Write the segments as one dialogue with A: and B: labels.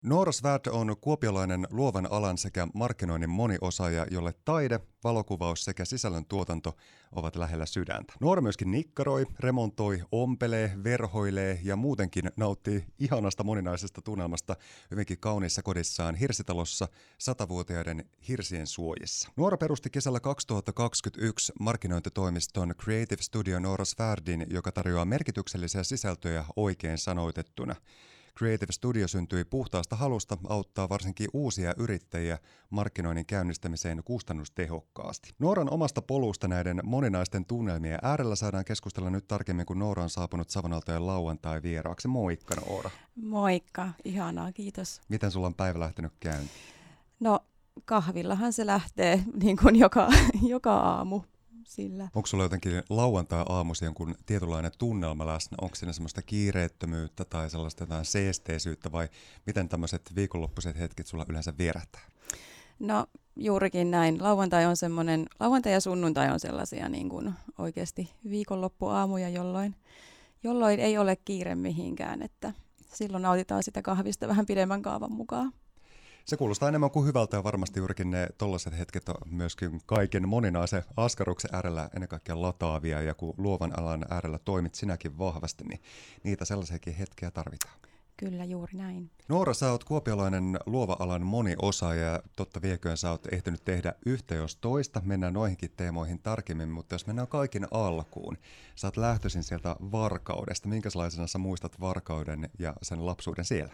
A: Noora Svärd on kuopiolainen luovan alan sekä markkinoinnin moniosaaja, jolle taide, valokuvaus sekä sisällön tuotanto ovat lähellä sydäntä. Noora myöskin nikkaroi, remontoi, ompelee, verhoilee ja muutenkin nauttii ihanasta moninaisesta tunnelmasta hyvinkin kauniissa kodissaan Hirsitalossa 100-vuotiaiden hirsien suojissa. Noora perusti kesällä 2021 markkinointitoimiston Creative Studio Noora Svärdin, joka tarjoaa merkityksellisiä sisältöjä oikein sanoitettuna. Creative Studio syntyi puhtaasta halusta auttaa varsinkin uusia yrittäjiä markkinoinnin käynnistämiseen kustannustehokkaasti. Nooran omasta polusta näiden moninaisten tunnelmien äärellä saadaan keskustella nyt tarkemmin, kun Noora on saapunut Savonaltojen lauantai vieraaksi. Moikka, Noora.
B: Moikka, ihanaa, kiitos.
A: Miten sulla on päivä lähtenyt käyntiin?
B: No kahvillahan se lähtee niin kuin joka aamu. Sillä.
A: Onko sulla jotenkin lauantai-aamuisin jonkun tietynlainen tunnelma läsnä? Onko siinä semmoista kiireettömyyttä tai sellaista jotain seesteisyyttä vai miten tämmöiset viikonloppuiset hetket sulla yleensä vierähtää?
B: No juurikin näin. Lauantai ja sunnuntai on sellaisia niin kuin oikeasti viikonloppuaamuja, jolloin ei ole kiire mihinkään, että silloin nautitaan sitä kahvista vähän pidemmän kaavan mukaan.
A: Se kuulostaa enemmän kuin hyvältä ja varmasti juurikin ne tollaiset hetket on myöskin kaiken moninaisen askarruksen äärellä ennen kaikkea lataavia ja kun luovan alan äärellä toimit sinäkin vahvasti, niin niitä sellaisiakin hetkiä tarvitaan.
B: Kyllä, juuri näin.
A: Noora, sä oot kuopiolainen luova-alan moniosaaja ja totta vieköön sä oot ehtinyt tehdä yhtä jos toista. Mennään noihinkin teemoihin tarkemmin, mutta jos mennään kaiken alkuun. Sä oot lähtöisin sieltä Varkaudesta. Minkälaisena sä muistat Varkauden ja sen lapsuuden siellä?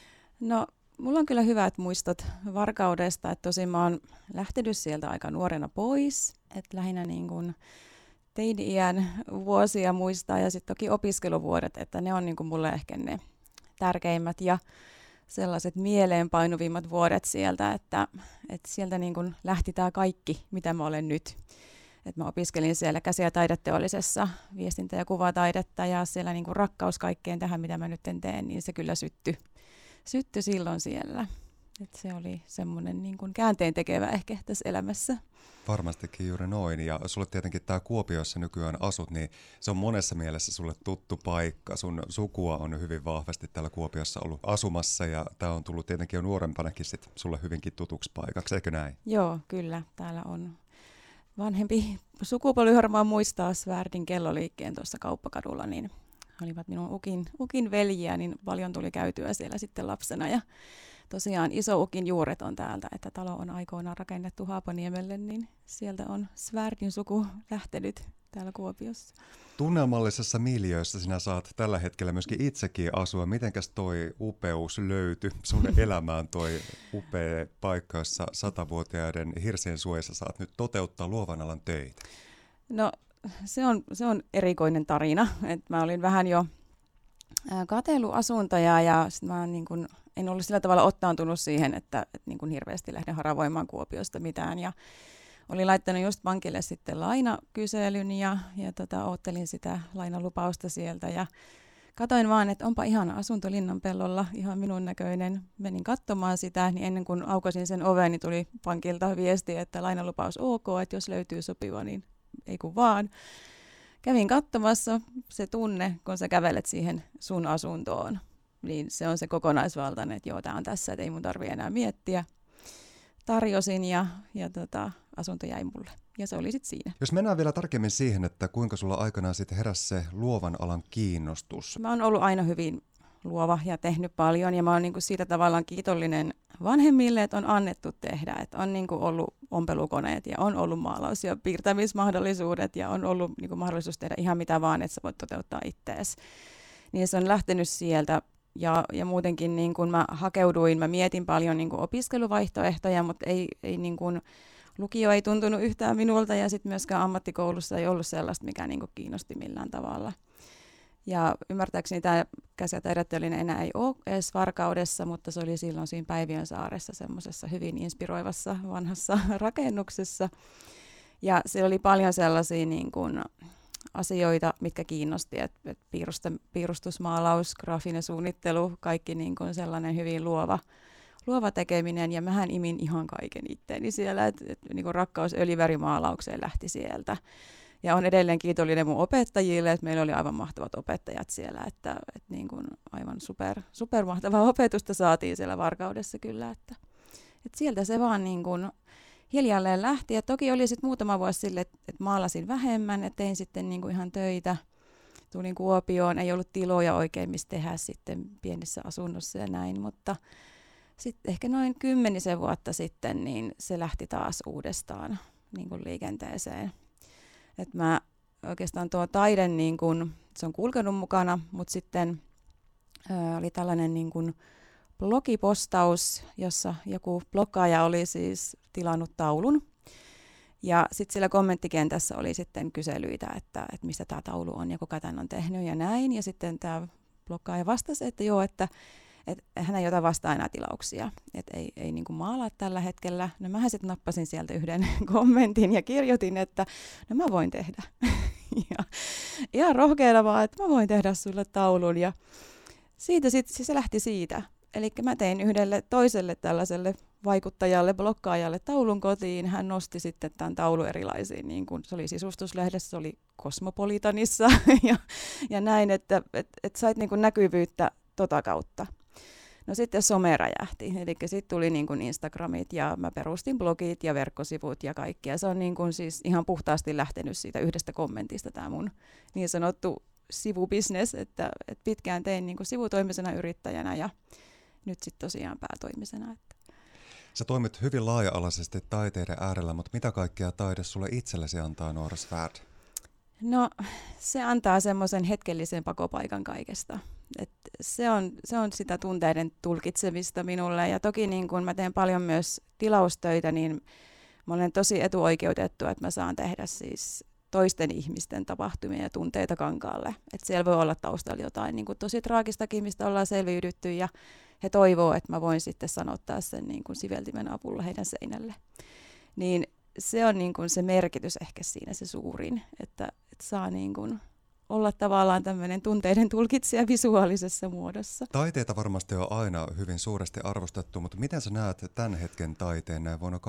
B: No mulla on kyllä hyvät muistot Varkaudesta, että tosin mä oon lähtenyt sieltä aika nuorena pois, että lähinnä niin kuin teini-iän vuosia muistaa ja sitten toki opiskeluvuodet, että ne on niin kuin mulle ehkä ne tärkeimmät ja sellaiset mieleenpainuvimmat vuodet sieltä, että sieltä niin kuin lähti tämä kaikki, mitä mä olen nyt. Et mä opiskelin siellä käsi- ja taideteollisessa viestintä- ja kuvataidetta ja siellä niin kuin rakkaus kaikkeen tähän, mitä mä nyt teen, niin se kyllä syttyi silloin siellä. Et se oli semmoinen niin kuin käänteentekevä ehkä tässä elämässä.
A: Varmastikin juuri noin. Ja sulle tietenkin tämä Kuopio, jossa nykyään asut, niin se on monessa mielessä sulle tuttu paikka. Sun sukua on hyvin vahvasti täällä Kuopiossa ollut asumassa ja tämä on tullut tietenkin jo nuorempanakin sit sulle hyvinkin tutuksi paikaksi, eikö näin?
B: Joo, kyllä. Täällä on vanhempi sukupolvi varmaan muistaa Svärdin kelloliikkeen tuossa Kauppakadulla, niin olivat minun ukin veljiä, niin paljon tuli käytyä siellä sitten lapsena. Ja tosiaan iso ukin juuret on täältä, että talo on aikoinaan rakennettu Haapaniemelle, niin sieltä on Svärdin suku lähtenyt täällä Kuopiossa. Tunnelmallisessa
A: miljöössä sinä saat tällä hetkellä myöskin itsekin asua. Mitenkäs toi upeus löytyi sun elämään, toi upea paikka, jossa 100-vuotiaiden hirsien suojassa saat nyt toteuttaa luovan alan töitä?
B: No se on erikoinen tarina. Et mä olin vähän jo katsellut asuntoja ja sit mä niin kun, en ollut sillä tavalla ottaantunut siihen, että niin kun hirveästi lähden haravoimaan Kuopiosta mitään. Ja olin laittanut just pankille sitten lainakyselyn ja oottelin sitä lainalupausta sieltä ja katoin vaan, että onpa ihana asunto Linnanpellolla, ihan minun näköinen. Menin katsomaan sitä, niin ennen kuin aukasin sen oven, niin tuli pankilta viesti, että lainalupaus ok, että jos löytyy sopiva, niin ei kun vaan. Kävin katsomassa, se tunne, kun sä kävelet siihen sun asuntoon, niin se on se kokonaisvaltainen, että joo, tää on tässä, että ei mun tarvitse enää miettiä. Tarjosin ja asunto jäi mulle. Ja se oli sitten siinä.
A: Jos mennään vielä tarkemmin siihen, että kuinka sulla aikanaan sitten heräsi se luovan alan kiinnostus.
B: Mä oon ollut aina hyvin luova ja tehnyt paljon ja mä oon niinku siitä tavallaan kiitollinen vanhemmille, että on annettu tehdä. Että on niinku ollut ompelukoneet ja on ollut maalaus- ja piirtämismahdollisuudet ja on ollut niinku mahdollisuus tehdä ihan mitä vaan, että sä voit toteuttaa ittees. Niin se on lähtenyt sieltä. Ja muutenkin niin kun mä mietin paljon niin kun opiskeluvaihtoehtoja, mutta ei niin kun, lukio ei tuntunut yhtään minulta ja sitten myöskään ammattikoulussa ei ollut sellaista, mikä niin kun kiinnosti millään tavalla. Ja ymmärtääkseni tämä käsi- ja taideteollinen enää ei ole edes Varkaudessa, mutta se oli silloin siinä Päiviönsaaressa semmoisessa hyvin inspiroivassa vanhassa rakennuksessa. Ja siellä oli paljon sellaisia niin kun asioita, mitkä kiinnosti, että piirustusmaalaus, graafinen suunnittelu, kaikki niin kuin sellainen hyvin luova tekeminen, ja mähän imin ihan kaiken itteeni siellä, että niin kuin rakkaus öljyvärimaalaukseen lähti sieltä. Ja olen edelleen kiitollinen mun opettajille, että meillä oli aivan mahtavat opettajat siellä, että niin kuin aivan super mahtavaa opetusta saatiin siellä Varkaudessa kyllä. Että sieltä se vaan niin kuin hiljalleen lähti. Ja toki oli sitten muutama vuosi sille, että maalasin vähemmän, että tein sitten niin kuin ihan töitä. Tulin Kuopioon, ei ollut tiloja oikein, mistä tehdä sitten pienissä asunnossa ja näin, mutta sitten ehkä noin 10 vuotta sitten, niin se lähti taas uudestaan niin kuin liikenteeseen. Et mä oikeastaan tuo taide, niin kun, se on kulkenut mukana, mutta sitten oli tällainen niin kun blogipostaus, jossa joku bloggaaja oli siis tilannut taulun. Ja sitten siellä kommenttikentässä oli sitten kyselyitä, että mistä tämä taulu on ja kuka tämän on tehnyt ja näin. Ja sitten tämä bloggaaja vastasi, että joo, että hän ei ota vastaan enää tilauksia, että ei niin kuin maalaa tällä hetkellä. No mähän sitten nappasin sieltä yhden kommentin ja kirjoitin, että no mä voin tehdä. Ja ihan rohkeana vaan, että mä voin tehdä sulle taulun. Ja siitä sitten se lähti siitä. Eli mä tein yhdelle toiselle tällaiselle vaikuttajalle, blokkaajalle taulun kotiin. Hän nosti sitten tämän taulun erilaisiin, niin kuin se oli Sisustuslehdessä, se oli Cosmopolitanissa ja näin, että sait niin kuin näkyvyyttä tota kautta. No sitten some räjähti, eli sitten tuli niin kuin Instagramit ja mä perustin blogit ja verkkosivut ja kaikkea. Se on niin kuin siis ihan puhtaasti lähtenyt siitä yhdestä kommentista tämä mun niin sanottu sivubisnes, että pitkään tein niin kuin sivutoimisena yrittäjänä ja nyt sitten tosiaan päätoimisena.
A: Sä toimit hyvin laaja-alaisesti taiteiden äärellä, mutta mitä kaikkea taide sulle itsellesi antaa, Noora Svärd?
B: No se antaa semmoisen hetkellisen pakopaikan kaikesta. Se on sitä tunteiden tulkitsemista minulle ja toki niin kun mä teen paljon myös tilaustöitä, niin mä olen tosi etuoikeutettu, että mä saan tehdä siis toisten ihmisten tapahtumia ja tunteita kankaalle. Että siellä voi olla taustalla jotain niin kuin tosi traagistakin, mistä ollaan selviydytty ja he toivoo, että mä voin sitten sanottaa sen niin kuin siveltimen avulla heidän seinälle. Niin se on niin kuin se merkitys ehkä siinä se suurin, että saa niin kuin olla tavallaan tämmöinen tunteiden tulkitsija visuaalisessa muodossa.
A: Taiteita varmasti on aina hyvin suuresti arvostettu, mutta miten sä näet tämän hetken taiteen näin vuonna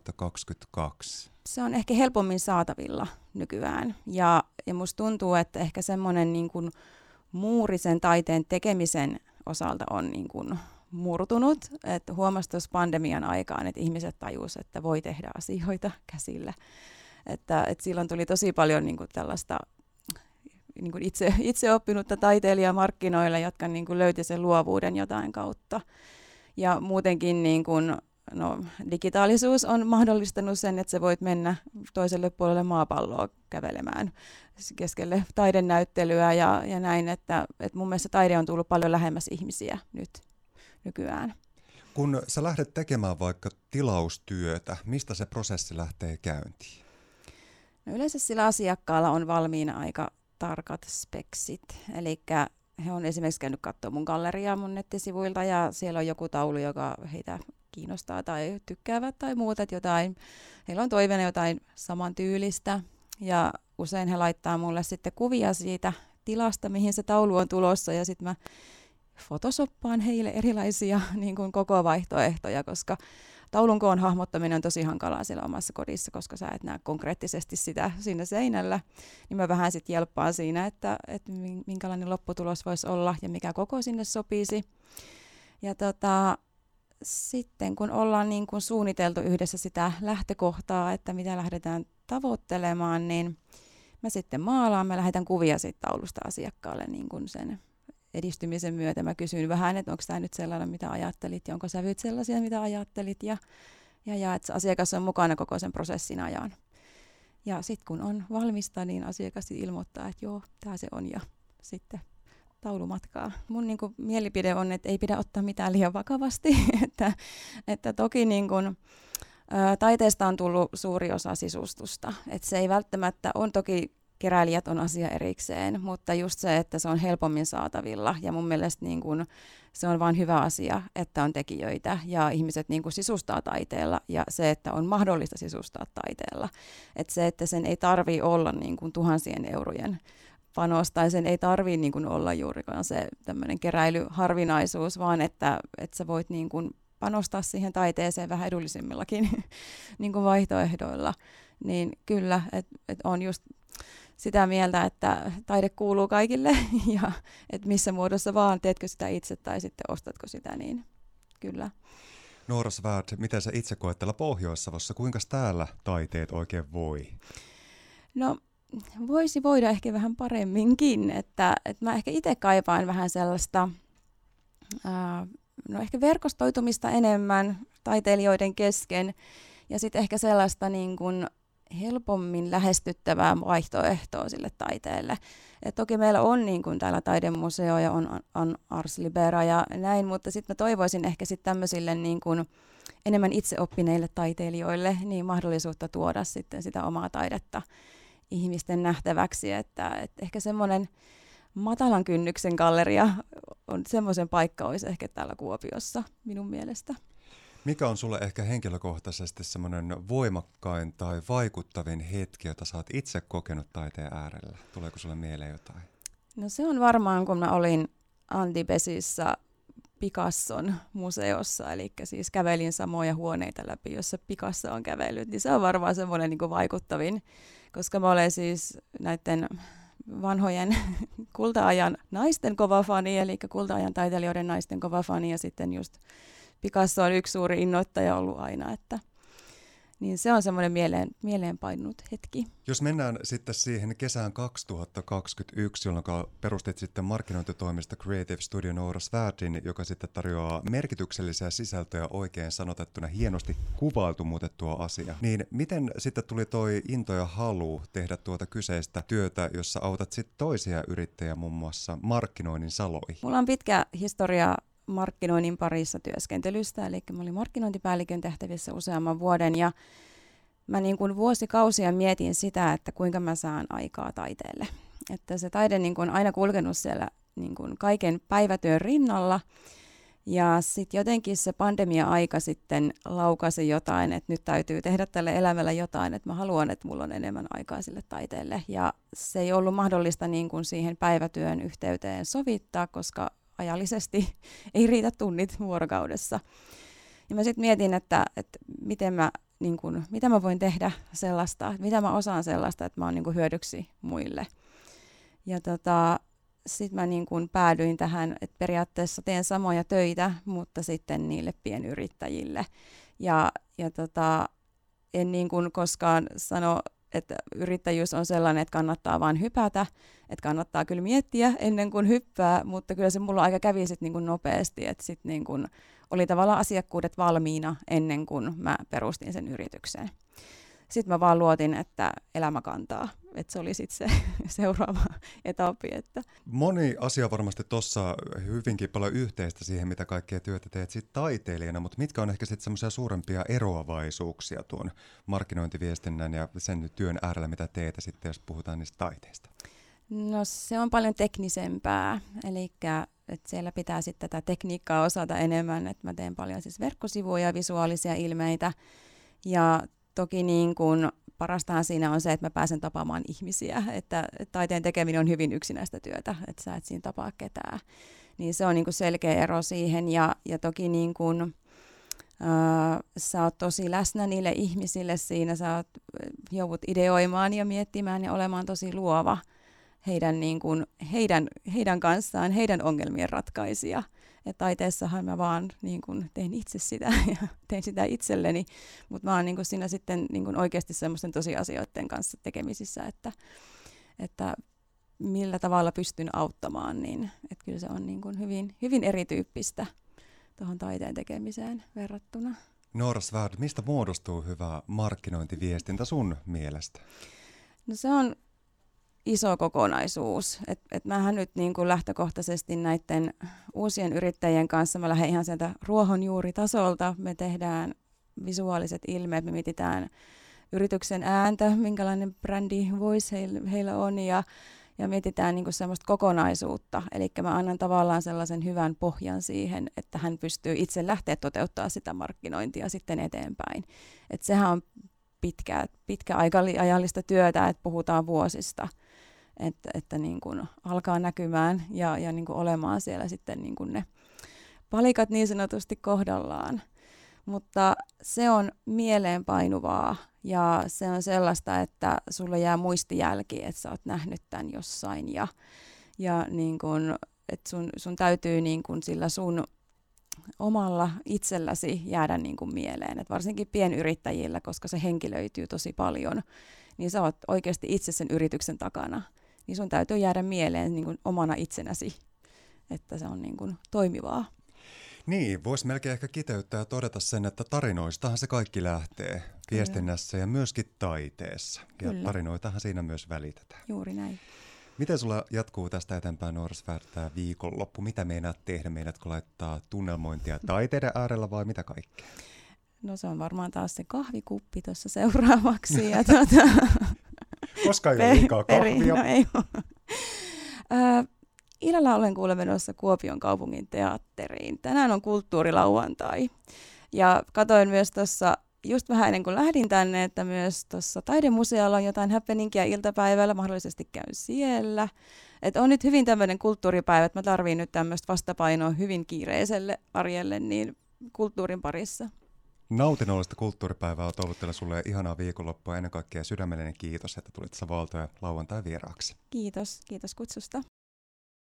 A: 2022?
B: Se on ehkä helpommin saatavilla nykyään ja musta tuntuu, että ehkä semmoinen niin kuin muuri sen taiteen tekemisen osalta on niin kuin murtunut, että huomasi tuossa pandemian aikaan, että ihmiset tajusivat, että voi tehdä asioita käsillä. Että silloin tuli tosi paljon niin kuin tällaista niin kuin itse oppinutta taiteilijaa markkinoilla, jotka niin kuin löyti sen luovuuden jotain kautta. Ja muutenkin niin kuin, digitaalisuus on mahdollistanut sen, että sä voit mennä toiselle puolelle maapalloa kävelemään keskelle taidenäyttelyä ja näin, että mun mielestä taide on tullut paljon lähemmäs ihmisiä nyt nykyään.
A: Kun sä lähdet tekemään vaikka tilaustyötä, mistä se prosessi lähtee käyntiin?
B: No yleensä sillä asiakkaalla on valmiina aika tarkat speksit, eli he on esimerkiksi käynyt katsoa mun galleriaa mun nettisivuilta ja siellä on joku taulu, joka heitä kiinnostaa tai tykkäävät tai muuta, että heillä on toiveena jotain samantyylistä ja usein he laittaa mulle sitten kuvia siitä tilasta, mihin se taulu on tulossa ja sitten mä photosoppaan heille erilaisia niin kuin koko vaihtoehtoja, koska taulun koon hahmottaminen on tosi hankalaa siellä omassa kodissa, koska sä et näe konkreettisesti sitä siinä seinällä, niin mä vähän sitten jelppaan siinä, että minkälainen lopputulos voisi olla ja mikä koko sinne sopisi. Ja sitten kun ollaan niin kuin suunniteltu yhdessä sitä lähtökohtaa, että mitä lähdetään tavoittelemaan, niin mä sitten maalaan, mä lähetän kuvia siitä taulusta asiakkaalle niin kuin sen edistymisen myötä. Mä kysyn vähän, että onko tämä nyt sellainen, mitä ajattelit, ja onko sävyt sellaisia, mitä ajattelit, ja että asiakas on mukana koko sen prosessin ajan. Ja sitten kun on valmista, niin asiakas ilmoittaa, että joo, tämä se on, ja sitten taulumatkaa. Mun niin kuin mielipide on, että ei pidä ottaa mitään liian vakavasti, että toki niin kuin, taiteesta on tullut suuri osa sisustusta, että se ei välttämättä on toki keräilijät on asia erikseen, mutta just se, että se on helpommin saatavilla ja mun mielestä niin kun, se on vain hyvä asia, että on tekijöitä ja ihmiset niin kun sisustaa taiteella ja se, että on mahdollista sisustaa taiteella. Että se, että sen ei tarvitse olla niin kun tuhansien eurojen panos tai sen ei tarvitse niin kun olla juurikaan se tämmöinen keräilyharvinaisuus, vaan että sä voit niin kun panostaa siihen taiteeseen vähän edullisimmillakin niin kun vaihtoehdoilla. Niin kyllä, että on just sitä mieltä, että taide kuuluu kaikille ja että missä muodossa vaan, teetkö sitä itse tai sitten ostatko sitä, niin kyllä.
A: Noora Svärd, miten sä itse koet täällä Pohjois-Savossa, kuinka täällä taiteet oikein voi?
B: No voisi voida ehkä vähän paremminkin, että mä ehkä itse kaipaan vähän sellaista, no ehkä verkostoitumista enemmän taiteilijoiden kesken ja sitten ehkä sellaista niin kuin helpommin lähestyttävää vaihtoehtoa sille taiteelle. Et toki meillä on niin kuin täällä taidemuseo ja on Ars Libera ja näin, mutta sitten mä toivoisin ehkä sitten tämmöisille niin kuin enemmän itseoppineille taiteilijoille niin mahdollisuutta tuoda sitten sitä omaa taidetta ihmisten nähtäväksi, että ehkä semmoinen matalan kynnyksen galleria on semmoisen paikka olisi ehkä täällä Kuopiossa minun mielestä.
A: Mikä on sulle ehkä henkilökohtaisesti semmoinen voimakkain tai vaikuttavin hetki, jota sä oot itse kokenut taiteen äärellä? Tuleeko sulle mieleen jotain?
B: No se on varmaan, kun mä olin Antibesissä Picasson museossa, eli siis kävelin samoja huoneita läpi, jossa Picasso on kävellyt, niin se on varmaan semmoinen niin kuin vaikuttavin, koska mä olen siis näiden vanhojen kulta-ajan naisten kova fani, eli kulta-ajan taiteilijoiden naisten kova fani, ja sitten just Picasso on yksi suuri innoittaja ollut aina, että niin se on semmoinen mieleenpainunut hetki.
A: Jos mennään sitten siihen kesään 2021, jolloin perustit sitten markkinointitoimista Creative Studio Noora Svärdin, joka sitten tarjoaa merkityksellisiä sisältöjä oikein sanotettuna, hienosti kuvailtu muutettua asia. Niin miten sitten tuli toi into ja halu tehdä tuota kyseistä työtä, jossa autat sitten toisia yrittäjiä muun muassa markkinoinnin saloihin?
B: Mulla on pitkä historia markkinoinnin parissa työskentelystä, eli mä olin markkinointipäällikön tehtävissä useamman vuoden ja mä niin kuin vuosikausia mietin sitä, että kuinka mä saan aikaa taiteelle. Että se taide niin kuin on aina kulkenut siellä niin kuin kaiken päivätyön rinnalla ja sitten jotenkin se pandemia-aika sitten laukasi jotain, että nyt täytyy tehdä tälle elämälle jotain, että mä haluan, että mulla on enemmän aikaa sille taiteelle ja se ei ollut mahdollista niin kuin siihen päivätyön yhteyteen sovittaa, koska ajallisesti ei riitä tunnit vuorokaudessa. Ja mä sitten mietin, että mitä mä voin tehdä sellaista, mitä mä osaan sellaista, että mä oon niin kuin hyödyksi muille. Ja sitten mä niin kuin päädyin tähän, että periaatteessa teen samoja töitä, mutta sitten niille pienyrittäjille. Ja en niin kuin koskaan sano, että yrittäjyys on sellainen, että kannattaa vaan hypätä, että kannattaa kyllä miettiä ennen kuin hyppää, mutta kyllä se mulla aika kävi sitten niin kuin nopeasti, että sitten niin kuin oli tavallaan asiakkuudet valmiina ennen kuin mä perustin sen yrityksen. Sitten mä vaan luotin, että elämä kantaa, että se oli sitten se seuraava etappi. Että.
A: Moni asia varmasti tuossa hyvinkin paljon yhteistä siihen, mitä kaikkea työtä teet sit taiteilijana, mutta mitkä on ehkä sitten semmoisia suurempia eroavaisuuksia tuon markkinointiviestinnän ja sen työn äärellä, mitä teet, sitten jos puhutaan niistä taiteista?
B: No se on paljon teknisempää, eli että siellä pitää sitten tätä tekniikkaa osata enemmän, että mä teen paljon siis verkkosivuja ja visuaalisia ilmeitä ja toki niin kuin parastahan siinä on se, että mä pääsen tapaamaan ihmisiä, että taiteen tekeminen on hyvin yksinäistä työtä, että sä et siinä tapaa ketään. Niin se on niin kuin selkeä ero siihen ja toki niin kuin, sä oot tosi läsnä niille ihmisille siinä, joudut ideoimaan ja miettimään ja olemaan tosi luova heidän kanssaan, heidän ongelmien ratkaisija. Ja taiteessahan mä vaan niin kun teen itse sitä ja teen sitä itselleni, mutta mä oon niin kun siinä sitten niin kun oikeasti semmoisten tosiasioiden kanssa tekemisissä, että millä tavalla pystyn auttamaan, niin että kyllä se on niin kun hyvin erityyppistä tuohon taiteen tekemiseen verrattuna.
A: Noora Svärd, mistä muodostuu hyvä markkinointiviestintä sun mielestä?
B: No se on iso kokonaisuus. Et mähän nyt niin kuin lähtökohtaisesti näiden uusien yrittäjien kanssa, mä lähden ihan sieltä ruohonjuuritasolta, me tehdään visuaaliset ilmeet, me mietitään yrityksen ääntä, minkälainen brändi voice heillä on ja mietitään niin kuin semmoista kokonaisuutta. Eli mä annan tavallaan sellaisen hyvän pohjan siihen, että hän pystyy itse lähteä toteuttaa sitä markkinointia sitten eteenpäin. Et sehän on pitkäajallista työtä, että puhutaan vuosista, että niin kuin alkaa näkymään ja niin kuin olemaan siellä sitten niin kuin ne palikat niin sanotusti kohdallaan. Mutta se on mieleenpainuvaa Ja se on sellaista, että sulle jää muistijälki, että sä oot nähnyt tämän jossain ja niin kun, että sun täytyy niin kun sillä sun omalla itselläsi jäädä niin kun mieleen. Et varsinkin pienyrittäjillä, koska se henkilöityy tosi paljon, niin sä oot oikeasti itse sen yrityksen takana. Niin sun täytyy jäädä mieleen niin kun omana itsenäsi, että se on niin kun toimivaa.
A: Niin, voisi melkein ehkä kiteyttää ja todeta sen, että tarinoistahan se kaikki lähtee viestinnässä ja myöskin taiteessa.
B: Kyllä.
A: Ja tarinoitahan siinä myös välitetään.
B: Juuri näin.
A: Miten sulla jatkuu tästä eteenpäin Noorasfäär tämä viikonloppu? Mitä meinaat tehdä? Meinaatko laittaa tunnelmointia taiteiden äärellä vai mitä kaikkea?
B: No se on varmaan taas se kahvikuppi tuossa seuraavaksi. Ja
A: Koska ei ole liikaa kahvia.
B: No ei illalla olen kuule menossa Kuopion kaupungin teatteriin. Tänään on kulttuurilauantai. Ja katoin myös tuossa, just vähän ennen kuin lähdin tänne, että myös tuossa taidemuseolla on jotain happeningia iltapäivällä. Mahdollisesti käyn siellä. Että on nyt hyvin tämmöinen kulttuuripäivä, että mä tarviin nyt tämmöistä vastapainoa hyvin kiireiselle arjelle niin kulttuurin parissa.
A: Nautinnollista kulttuuripäivää on ollut teille sulle ihanaa viikonloppua. Ennen kaikkea sydämellinen kiitos, että tulit Savaaltoon ja lauantai vieraaksi.
B: Kiitos kutsusta.